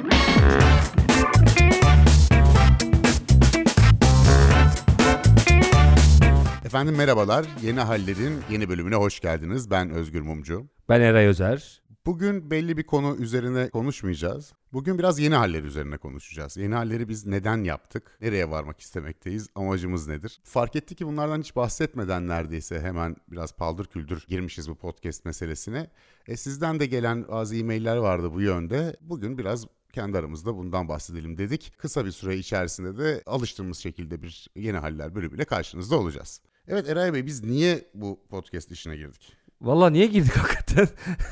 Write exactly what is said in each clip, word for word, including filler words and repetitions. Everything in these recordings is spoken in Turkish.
Efendim merhabalar, Yeni Haller'in yeni bölümüne hoş geldiniz. Ben Özgür Mumcu. Ben Eray Özer. Bugün belli bir konu üzerine konuşmayacağız. Bugün biraz yeni haller üzerine konuşacağız. Yeni halleri biz neden yaptık? Nereye varmak istemekteyiz? Amacımız nedir? Fark ettik ki bunlardan hiç bahsetmeden neredeyse hemen biraz paldır küldür girmişiz bu podcast meselesine. E sizden de gelen bazı e-mailler vardı bu yönde. Bugün biraz kendi aramızda bundan bahsedelim dedik. Kısa bir süre içerisinde de alıştığımız şekilde bir Yeni Haller bölümüyle karşınızda olacağız. Evet Eray Bey, biz niye bu podcast işine girdik? Vallahi niye girdik hakikaten?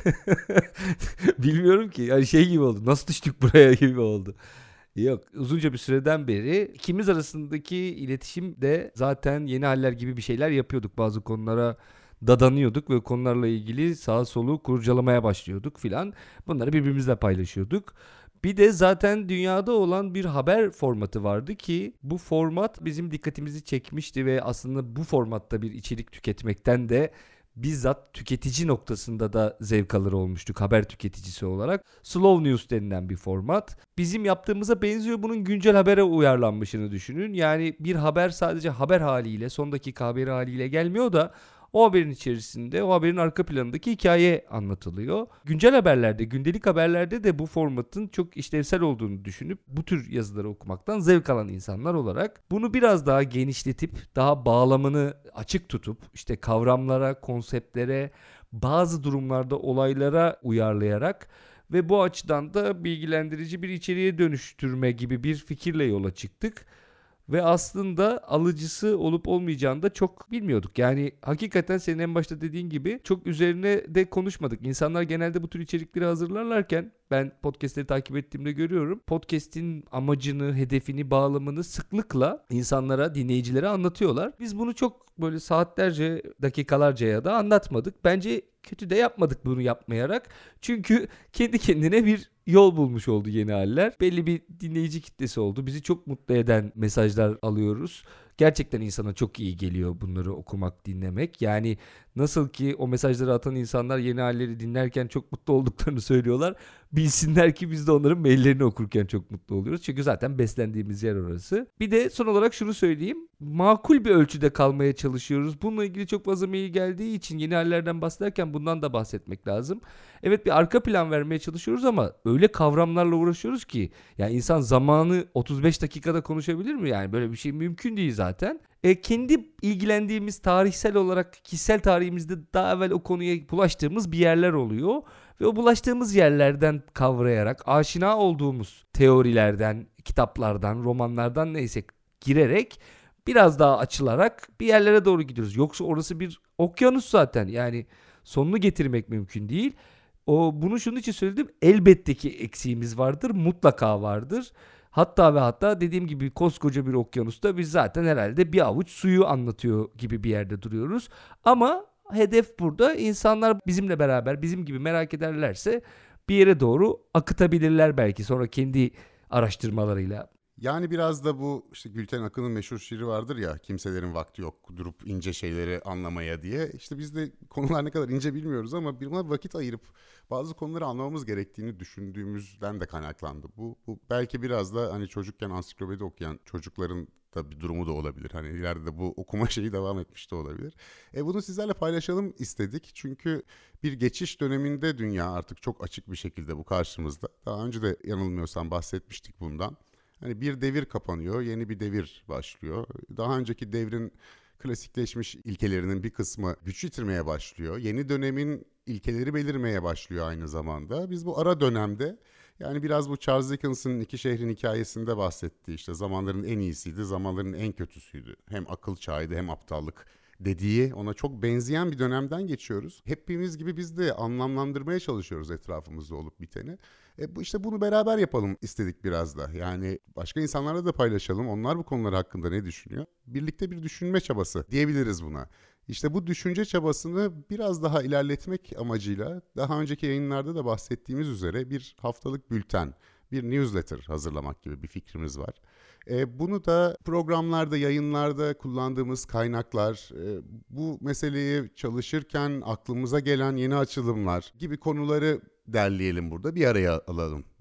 Bilmiyorum ki. Yani şey gibi oldu. Nasıl düştük buraya gibi oldu. Yok, uzunca bir süreden beri ikimiz arasındaki iletişim de zaten Yeni Haller gibi bir şeyler yapıyorduk. Bazı konulara dadanıyorduk ve konularla ilgili sağa solu kurcalamaya başlıyorduk filan. Bunları birbirimizle paylaşıyorduk. Bir de zaten dünyada olan bir haber formatı vardı ki bu format bizim dikkatimizi çekmişti ve aslında bu formatta bir içerik tüketmekten de bizzat tüketici noktasında da zevk alır olmuştuk haber tüketicisi olarak. Slow News denilen bir format. Bizim yaptığımıza benziyor, bunun güncel habere uyarlanmışını düşünün. Yani bir haber sadece haber haliyle, son dakika haberi haliyle gelmiyor da o haberin içerisinde, o haberin arka planındaki hikaye anlatılıyor. Güncel haberlerde, gündelik haberlerde de bu formatın çok işlevsel olduğunu düşünüp bu tür yazıları okumaktan zevk alan insanlar olarak bunu biraz daha genişletip, daha bağlamını açık tutup, işte kavramlara, konseptlere, bazı durumlarda olaylara uyarlayarak ve bu açıdan da bilgilendirici bir içeriğe dönüştürme gibi bir fikirle yola çıktık. Ve aslında alıcısı olup olmayacağını da çok bilmiyorduk. Yani hakikaten senin en başta dediğin gibi çok üzerine de konuşmadık. İnsanlar genelde bu tür içerikleri hazırlarlarken ben podcastleri takip ettiğimde görüyorum. Podcast'in amacını, hedefini, bağlamını sıklıkla insanlara, dinleyicilere anlatıyorlar. Biz bunu çok böyle saatlerce, dakikalarca ya da anlatmadık. Bence kötü de yapmadık bunu yapmayarak. Çünkü kendi kendine bir yol bulmuş oldu Yeni Haller. Belli bir dinleyici kitlesi oldu. Bizi çok mutlu eden mesajlar alıyoruz. Gerçekten insana çok iyi geliyor bunları okumak, dinlemek. Yani nasıl ki o mesajları atan insanlar Yeni Halleri dinlerken çok mutlu olduklarını söylüyorlar. Bilsinler ki biz de onların maillerini okurken çok mutlu oluyoruz. Çünkü zaten beslendiğimiz yer orası. Bir de son olarak şunu söyleyeyim. Makul bir ölçüde kalmaya çalışıyoruz. Bununla ilgili çok fazla mail geldiği için Yeni Hallerden bahsederken bundan da bahsetmek lazım. Evet, bir arka plan vermeye çalışıyoruz ama öyle kavramlarla uğraşıyoruz ki yani insan zamanı otuz beş dakikada konuşabilir mi? Yani böyle bir şey mümkün değil zaten. E, kendi ilgilendiğimiz tarihsel olarak kişisel tarihimizde daha evvel o konuya bulaştığımız bir yerler oluyor. Ve o bulaştığımız yerlerden kavrayarak, aşina olduğumuz teorilerden, kitaplardan, romanlardan neyse girerek biraz daha açılarak bir yerlere doğru gidiyoruz. Yoksa orası bir okyanus zaten, yani sonunu getirmek mümkün değil. O, bunu şunun için söyledim, elbette ki eksiğimiz vardır, mutlaka vardır. Hatta ve hatta dediğim gibi koskoca bir okyanusta biz zaten herhalde bir avuç suyu anlatıyor gibi bir yerde duruyoruz. Ama hedef burada insanlar bizimle beraber, bizim gibi merak ederlerse bir yere doğru akıtabilirler belki sonra kendi araştırmalarıyla. Yani biraz da bu işte Gülten Akın'ın meşhur şiiri vardır ya, kimselerin vakti yok durup ince şeyleri anlamaya diye. İşte biz de konular ne kadar ince bilmiyoruz ama buna vakit ayırıp bazı konuları anlamamız gerektiğini düşündüğümüzden de kaynaklandı. Bu, bu belki biraz da hani çocukken ansiklopedi okuyan çocukların da bir durumu da olabilir. Hani ileride de bu okuma şeyi devam etmiş de olabilir. E bunu sizlerle paylaşalım istedik. Çünkü bir geçiş döneminde dünya artık çok açık bir şekilde bu karşımızda. Daha önce de yanılmıyorsam bahsetmiştik bundan. Hani bir devir kapanıyor, yeni bir devir başlıyor. Daha önceki devrin klasikleşmiş ilkelerinin bir kısmı güç yitirmeye başlıyor. Yeni dönemin ilkeleri belirmeye başlıyor aynı zamanda. Biz bu ara dönemde, yani biraz bu Charles Dickens'ın İki Şehrin Hikayesi'nde bahsettiği işte zamanların en iyisiydi, zamanların en kötüsüydü. Hem akıl çağıydı hem aptallık dediği, ona çok benzeyen bir dönemden geçiyoruz. Hepimiz gibi biz de anlamlandırmaya çalışıyoruz etrafımızda olup biteni. E bu işte bunu beraber yapalım istedik biraz da. Yani başka insanlarla da paylaşalım. Onlar bu konular hakkında ne düşünüyor? Birlikte bir düşünme çabası diyebiliriz buna. İşte bu düşünce çabasını biraz daha ilerletmek amacıyla daha önceki yayınlarda da bahsettiğimiz üzere bir haftalık bülten, bir newsletter hazırlamak gibi bir fikrimiz var. E, bunu da programlarda, yayınlarda kullandığımız kaynaklar, e, bu meseleyi çalışırken aklımıza gelen yeni açılımlar gibi konuları derleyelim burada, bir araya alalım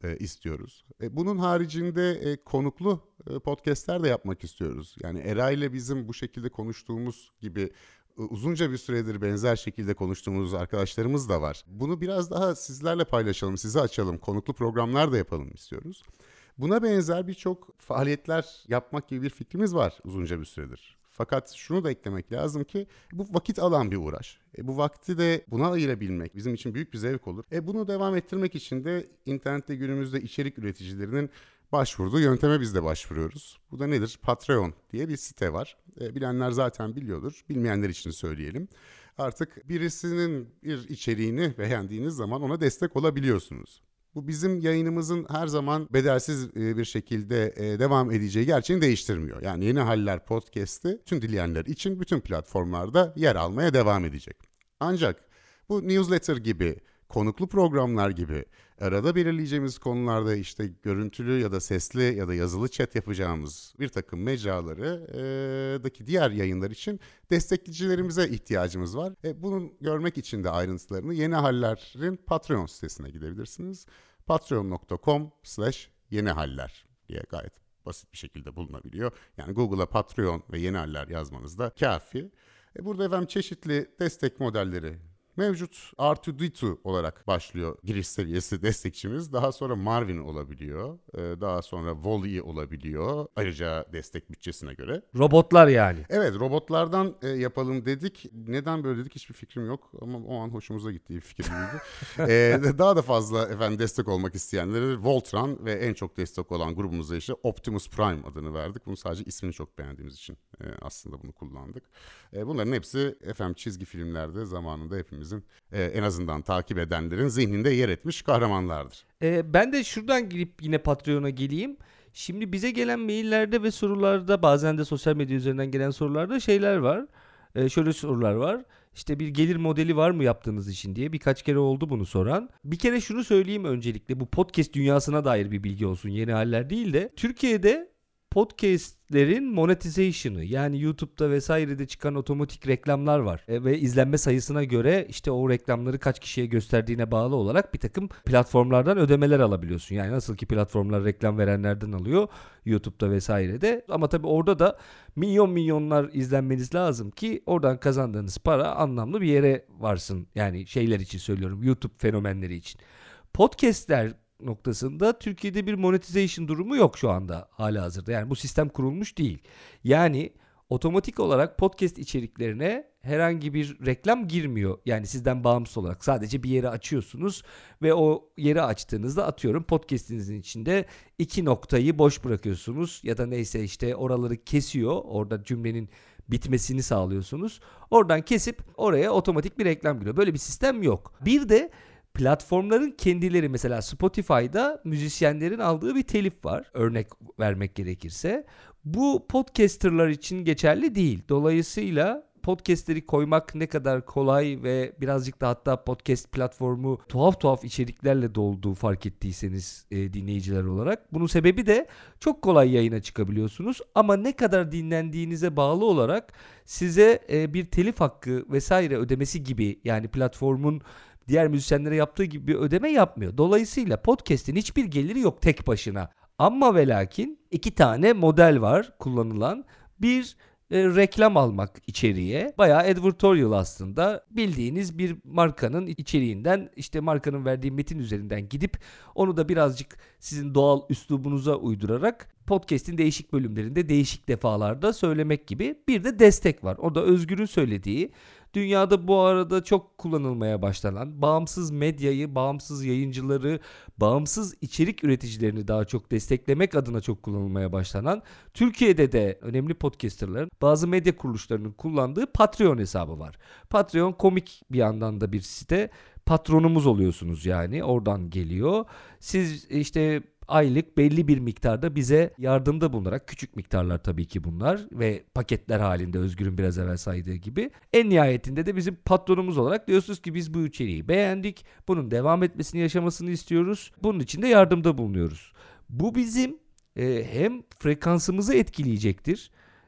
e, istiyoruz. E, bunun haricinde e, konuklu e, podcastler de yapmak istiyoruz. Yani Era ile bizim bu şekilde konuştuğumuz gibi uzunca bir süredir benzer şekilde konuştuğumuz arkadaşlarımız da var. Bunu biraz daha sizlerle paylaşalım, size açalım, konuklu programlar da yapalım istiyoruz. Buna benzer birçok faaliyetler yapmak gibi bir fikrimiz var uzunca bir süredir. Fakat şunu da eklemek lazım ki bu vakit alan bir uğraş. E, bu vakti de buna ayırabilmek bizim için büyük bir zevk olur. E, bunu devam ettirmek için de internette günümüzde içerik üreticilerinin başvurduğu yönteme biz de başvuruyoruz. Bu da nedir? Patreon diye bir site var. E, bilenler zaten biliyordur. Bilmeyenler için söyleyelim. Artık birisinin bir içeriğini beğendiğiniz zaman ona destek olabiliyorsunuz. Bu bizim yayınımızın her zaman bedelsiz bir şekilde devam edeceği gerçeğini değiştirmiyor. Yani Yeni Haller Podcast'i tüm dileyenler için bütün platformlarda yer almaya devam edecek. Ancak bu newsletter gibi, konuklu programlar gibi arada belirleyeceğimiz konularda işte görüntülü ya da sesli ya da yazılı chat yapacağımız bir takım mecraları e, daki diğer yayınlar için destekleyicilerimize ihtiyacımız var. E, bunu görmek için de ayrıntılarını Yeni Haller'in Patreon sitesine gidebilirsiniz. patreon nokta com slash yeni haller diye gayet basit bir şekilde bulunabiliyor. Yani Google'a Patreon ve Yeni Haller yazmanız da kafi. E, burada efendim çeşitli destek modelleri mevcut. R iki D iki olarak başlıyor giriş seviyesi destekçimiz. Daha sonra Marvin olabiliyor. Daha sonra Wall-E olabiliyor. Ayrıca destek bütçesine göre. Robotlar yani. Evet, robotlardan yapalım dedik. Neden böyle dedik hiçbir fikrim yok. Ama o an hoşumuza gittiği bir fikir gibiydi. ee, daha da fazla efendim destek olmak isteyenlere Voltron ve en çok destek olan grubumuza işte Optimus Prime adını verdik. Bunu sadece ismini çok beğendiğimiz için aslında bunu kullandık. Bunların hepsi efendim çizgi filmlerde zamanında hepimiz Ee, en azından takip edenlerin zihninde yer etmiş kahramanlardır. Ee, ben de şuradan girip yine Patreon'a geleyim. Şimdi bize gelen maillerde ve sorularda bazen de sosyal medya üzerinden gelen sorularda şeyler var. Ee, şöyle sorular var. İşte bir gelir modeli var mı yaptığınız için diye birkaç kere oldu bunu soran. Bir kere şunu söyleyeyim öncelikle bu podcast dünyasına dair bir bilgi olsun. Yeni Haller değil de Türkiye'de podcastlerin monetization'ı yani YouTube'da vesairede çıkan otomatik reklamlar var. E, ve izlenme sayısına göre işte o reklamları kaç kişiye gösterdiğine bağlı olarak bir takım platformlardan ödemeler alabiliyorsun. Yani nasıl ki platformlar reklam verenlerden alıyor YouTube'da vesairede ama tabii orada da milyon milyonlar izlenmeniz lazım ki oradan kazandığınız para anlamlı bir yere varsın. Yani şeyler için söylüyorum YouTube fenomenleri için. Podcastler noktasında Türkiye'de bir monetization durumu yok şu anda halihazırda. Yani bu sistem kurulmuş değil. Yani otomatik olarak podcast içeriklerine herhangi bir reklam girmiyor. Yani sizden bağımsız olarak sadece bir yeri açıyorsunuz ve o yeri açtığınızda atıyorum podcastinizin içinde iki noktayı boş bırakıyorsunuz ya da neyse işte oraları kesiyor. Orada cümlenin bitmesini sağlıyorsunuz. Oradan kesip oraya otomatik bir reklam giriyor. Böyle bir sistem yok. Bir de platformların kendileri mesela Spotify'da müzisyenlerin aldığı bir telif var. Örnek vermek gerekirse. Bu podcasterlar için geçerli değil. Dolayısıyla podcastleri koymak ne kadar kolay ve birazcık da hatta podcast platformu tuhaf tuhaf içeriklerle dolduğu fark ettiyseniz e, dinleyiciler olarak. Bunun sebebi de çok kolay yayına çıkabiliyorsunuz ama ne kadar dinlendiğinize bağlı olarak size e, bir telif hakkı vesaire ödemesi gibi yani platformun diğer müzisyenlere yaptığı gibi bir ödeme yapmıyor. Dolayısıyla podcast'in hiçbir geliri yok tek başına. Ama ve lakin iki tane model var kullanılan. Bir e, reklam almak içeriye. Bayağı advertorial aslında. Bildiğiniz bir markanın içeriğinden işte markanın verdiği metin üzerinden gidip onu da birazcık sizin doğal üslubunuza uydurarak podcast'in değişik bölümlerinde değişik defalarda söylemek gibi. Bir de destek var. O da Özgür'ün söylediği. Dünyada bu arada çok kullanılmaya başlanan bağımsız medyayı, bağımsız yayıncıları, bağımsız içerik üreticilerini daha çok desteklemek adına çok kullanılmaya başlanan Türkiye'de de önemli podcasterların bazı medya kuruluşlarının kullandığı Patreon hesabı var. Patreon komik bir yandan da bir site. Patronumuz oluyorsunuz yani oradan geliyor. Siz işte aylık belli bir miktarda bize yardımda bulunarak küçük miktarlar tabii ki bunlar ve paketler halinde Özgür'ün biraz evvel saydığı gibi en nihayetinde de bizim patronumuz olarak diyorsunuz ki biz bu içeriği beğendik. Bunun devam etmesini yaşamasını istiyoruz. Bunun için de yardımda bulunuyoruz. Bu bizim e, hem frekansımızı etkileyecektir.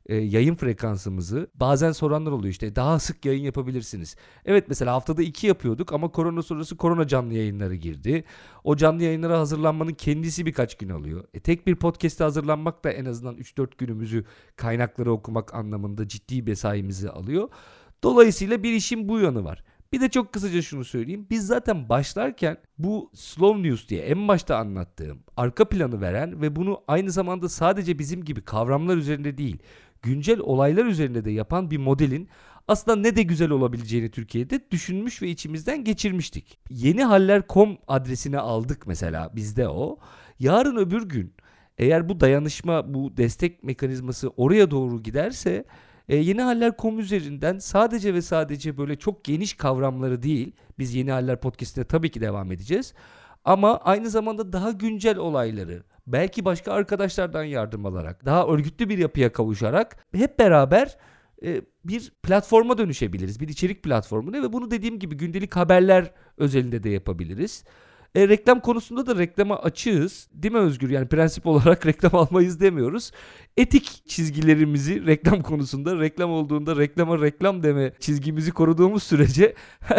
e, yayın frekansımızı bazen soranlar oluyor, işte daha sık yayın yapabilirsiniz. Evet, mesela haftada iki yapıyorduk ama korona sonrası korona canlı yayınları girdi. O canlı yayınlara hazırlanmanın kendisi birkaç gün alıyor. E, tek bir podcast'e hazırlanmak da en azından üç dört günümüzü kaynakları okumak anlamında ciddi mesaimizi alıyor. Dolayısıyla bir işin bu yanı var. Bir de çok kısaca şunu söyleyeyim. Biz zaten başlarken bu slow news diye en başta anlattığım arka planı veren ve bunu aynı zamanda sadece bizim gibi kavramlar üzerinde değil, güncel olaylar üzerinde de yapan bir modelin aslında ne de güzel olabileceğini Türkiye'de düşünmüş ve içimizden geçirmiştik. Yenihaller nokta com adresini aldık mesela, bizde o. Yarın öbür gün eğer bu dayanışma, bu destek mekanizması oraya doğru giderse E, Yenihaller nokta com üzerinden sadece ve sadece böyle çok geniş kavramları değil, biz Yeni Haller Podcast'ine tabii ki devam edeceğiz. Ama aynı zamanda daha güncel olayları, belki başka arkadaşlardan yardım alarak, daha örgütlü bir yapıya kavuşarak hep beraber e, bir platforma dönüşebiliriz. Bir içerik platformuna ve bunu dediğim gibi gündelik haberler özelinde de yapabiliriz. E, reklam konusunda da reklama açığız. Değil mi Özgür? Yani prensip olarak reklam almayız demiyoruz. Etik çizgilerimizi reklam konusunda, reklam olduğunda reklama reklam deme çizgimizi koruduğumuz sürece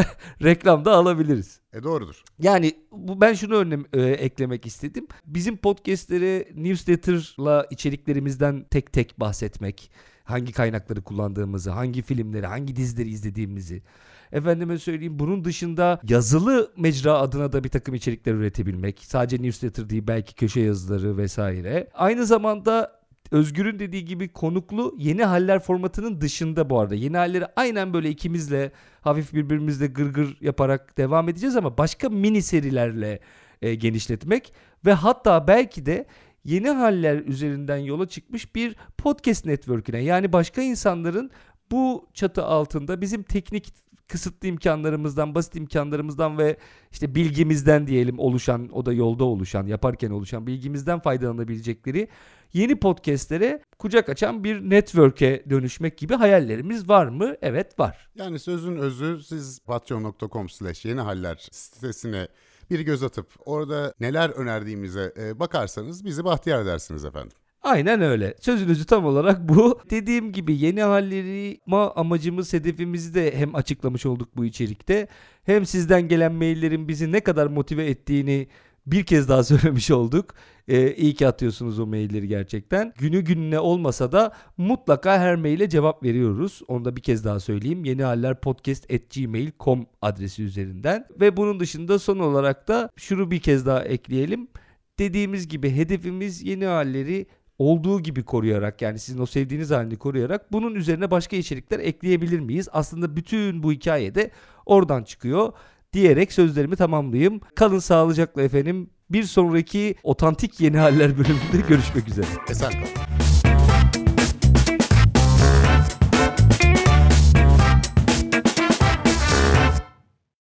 reklam da alabiliriz. E doğrudur. Yani bu, ben şunu önlem, e, eklemek istedim. Bizim podcastlere newsletter'la içeriklerimizden tek tek bahsetmek, hangi kaynakları kullandığımızı, hangi filmleri, hangi dizileri izlediğimizi, efendime söyleyeyim bunun dışında yazılı mecra adına da bir takım içerikler üretebilmek. Sadece newsletter değil, belki köşe yazıları vesaire. Aynı zamanda Özgür'ün dediği gibi konuklu Yeni Haller formatının dışında bu arada. Yeni Haller'i aynen böyle ikimizle hafif birbirimizle gırgır yaparak devam edeceğiz ama başka mini serilerle e, genişletmek ve hatta belki de Yeni Haller üzerinden yola çıkmış bir podcast network'üne, yani başka insanların bu çatı altında bizim teknik kısıtlı imkanlarımızdan, basit imkanlarımızdan ve işte bilgimizden diyelim oluşan, o da yolda oluşan, yaparken oluşan bilgimizden faydalanabilecekleri yeni podcastlere kucak açan bir network'e dönüşmek gibi hayallerimiz var mı? Evet, var. Yani sözün özü, siz patreon nokta com slash yenihaller sitesine bir göz atıp orada neler önerdiğimize e, bakarsanız bizi bahtiyar edersiniz efendim. Aynen öyle. Sözünüzü tam olarak bu. Dediğim gibi yeni halleri amacımız, hedefimizi de hem açıklamış olduk bu içerikte. Hem sizden gelen maillerin bizi ne kadar motive ettiğini bir kez daha söylemiş olduk. Ee, iyi ki atıyorsunuz o mailleri gerçekten. Günü gününe olmasa da mutlaka her maile cevap veriyoruz. Onu da bir kez daha söyleyeyim. yenihallerpodcast at gmail nokta com adresi üzerinden. Ve bunun dışında son olarak da şunu bir kez daha ekleyelim. Dediğimiz gibi hedefimiz Yeni Halleri olduğu gibi koruyarak, yani sizin o sevdiğiniz halini koruyarak bunun üzerine başka içerikler ekleyebilir miyiz? Aslında bütün bu hikaye de oradan çıkıyor diyerek sözlerimi tamamlayayım. Kalın sağlıcakla efendim. Bir sonraki otantik Yeni Haller bölümünde görüşmek üzere. Esen kalın.